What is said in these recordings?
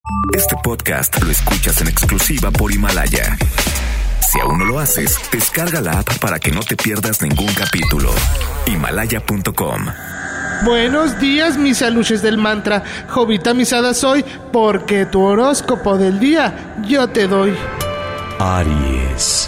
Este podcast lo escuchas en exclusiva por Himalaya. Si aún no lo haces, descarga la app para que no te pierdas ningún capítulo. Himalaya.com. Buenos días, mis aluches del mantra. Jovita Misada soy, porque tu horóscopo del día yo te doy. Aries.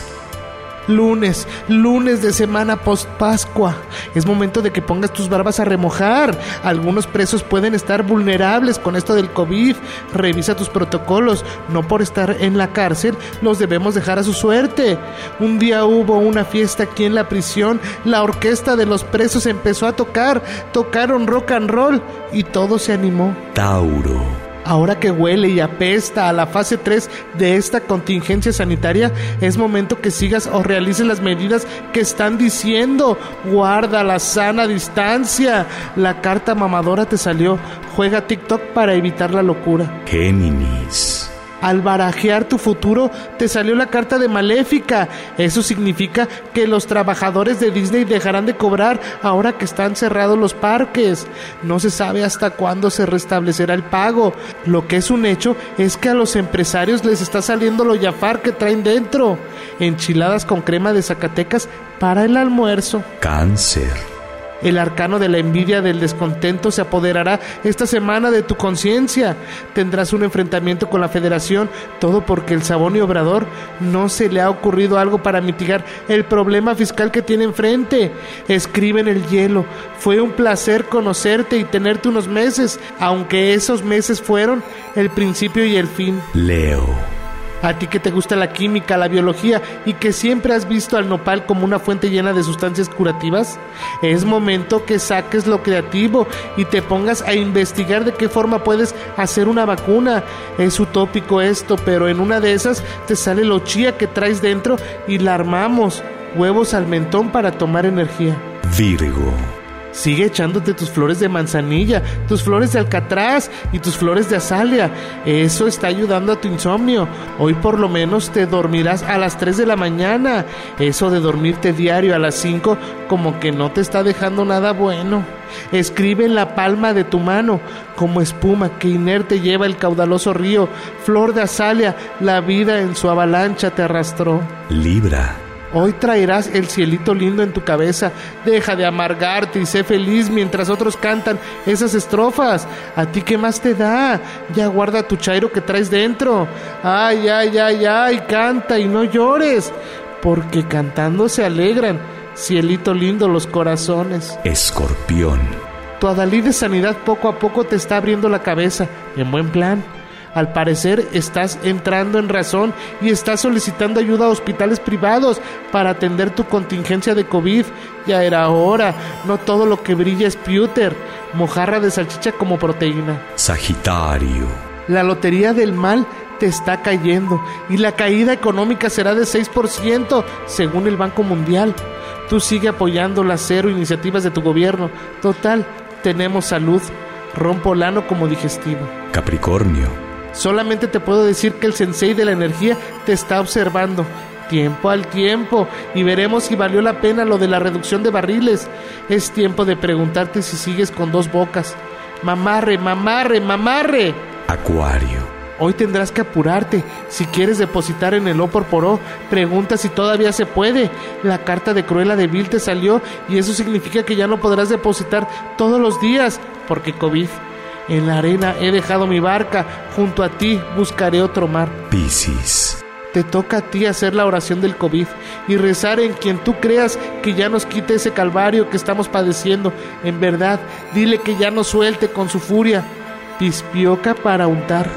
Lunes de semana post-Pascua. Es momento de que pongas tus barbas a remojar. Algunos presos pueden estar vulnerables con esto del COVID. Revisa tus protocolos. No por estar en la cárcel los debemos dejar a su suerte. Un día hubo una fiesta aquí en la prisión. La orquesta de los presos empezó a tocar. Tocaron rock and roll y todo se animó. Tauro. Ahora que huele y apesta a la fase 3 de esta contingencia sanitaria, es momento que sigas o realices las medidas que están diciendo. Guarda la sana distancia. La carta mamadora te salió. Juega TikTok para evitar la locura. Géminis. Al barajear tu futuro, te salió la carta de Maléfica. Eso significa que los trabajadores de Disney dejarán de cobrar ahora que están cerrados los parques. No se sabe hasta cuándo se restablecerá el pago. Lo que es un hecho es que a los empresarios les está saliendo lo Jafar que traen dentro. Enchiladas con crema de Zacatecas para el almuerzo. Cáncer. El arcano de la envidia, del descontento, se apoderará esta semana de tu conciencia. Tendrás un enfrentamiento con la Federación, todo porque el Saboni Obrador no se le ha ocurrido algo para mitigar el problema fiscal que tiene enfrente. Escribe en el hielo: fue un placer conocerte y tenerte unos meses, aunque esos meses fueron el principio y el fin. Leo. A ti que te gusta la química, la biología y que siempre has visto al nopal como una fuente llena de sustancias curativas, es momento que saques lo creativo y te pongas a investigar de qué forma puedes hacer una vacuna. Es utópico esto, pero en una de esas te sale lo chía que traes dentro y la armamos. Huevos al mentón para tomar energía. Virgo. Sigue echándote tus flores de manzanilla, tus flores de alcatraz y tus flores de azalea. Eso está ayudando a tu insomnio. Hoy por lo menos te dormirás a las 3 de la mañana. Eso de dormirte diario a las 5 como que no te está dejando nada bueno. Escribe en la palma de tu mano: como espuma que inerte lleva el caudaloso río. Flor de azalea, la vida en su avalancha te arrastró. Libra. Hoy traerás el cielito lindo en tu cabeza. Deja de amargarte y sé feliz mientras otros cantan esas estrofas. ¿A ti qué más te da? Ya guarda tu chairo que traes dentro. Ay, ay, ay, ay, canta y no llores, porque cantando se alegran, cielito lindo, los corazones. Escorpión. Tu adalid de sanidad poco a poco te está abriendo la cabeza, en buen plan. Al parecer estás entrando en razón y estás solicitando ayuda a hospitales privados para atender tu contingencia de COVID. Ya era hora. No todo lo que brilla es pewter. Mojarra de salchicha como proteína. Sagitario. La lotería del mal te está cayendo y la caída económica será de 6% según el Banco Mundial. Tú sigue apoyando las 0 iniciativas de tu gobierno. Total, tenemos salud. Rompo el ano como digestivo. Capricornio. Solamente te puedo decir que el sensei de la energía te está observando. Tiempo al tiempo y veremos si valió la pena lo de la reducción de barriles. Es tiempo de preguntarte si sigues con 2 bocas. Mamarre, mamarre, mamarre. Acuario. Hoy tendrás que apurarte. Si quieres depositar en el O por O, pregunta si todavía se puede. La carta de Cruella de Vil te salió y eso significa que ya no podrás depositar todos los días porque COVID. En la arena he dejado mi barca, junto a ti buscaré otro mar. Piscis. Te toca a ti hacer la oración del COVID y rezar en quien tú creas que ya nos quite ese calvario que estamos padeciendo. En verdad, dile que ya nos suelte con su furia. Pispioca para untar.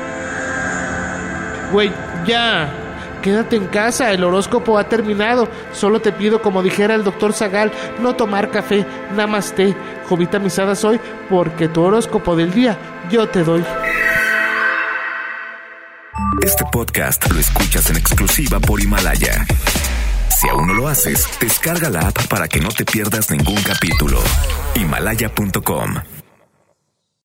Güey, ya. Quédate en casa, el horóscopo ha terminado. Solo te pido, como dijera el doctor Zagal, no tomar café. Namaste. Jovita Misada soy, porque tu horóscopo del día yo te doy. Este podcast lo escuchas en exclusiva por Himalaya. Si aún no lo haces, descarga la app para que no te pierdas ningún capítulo. Himalaya.com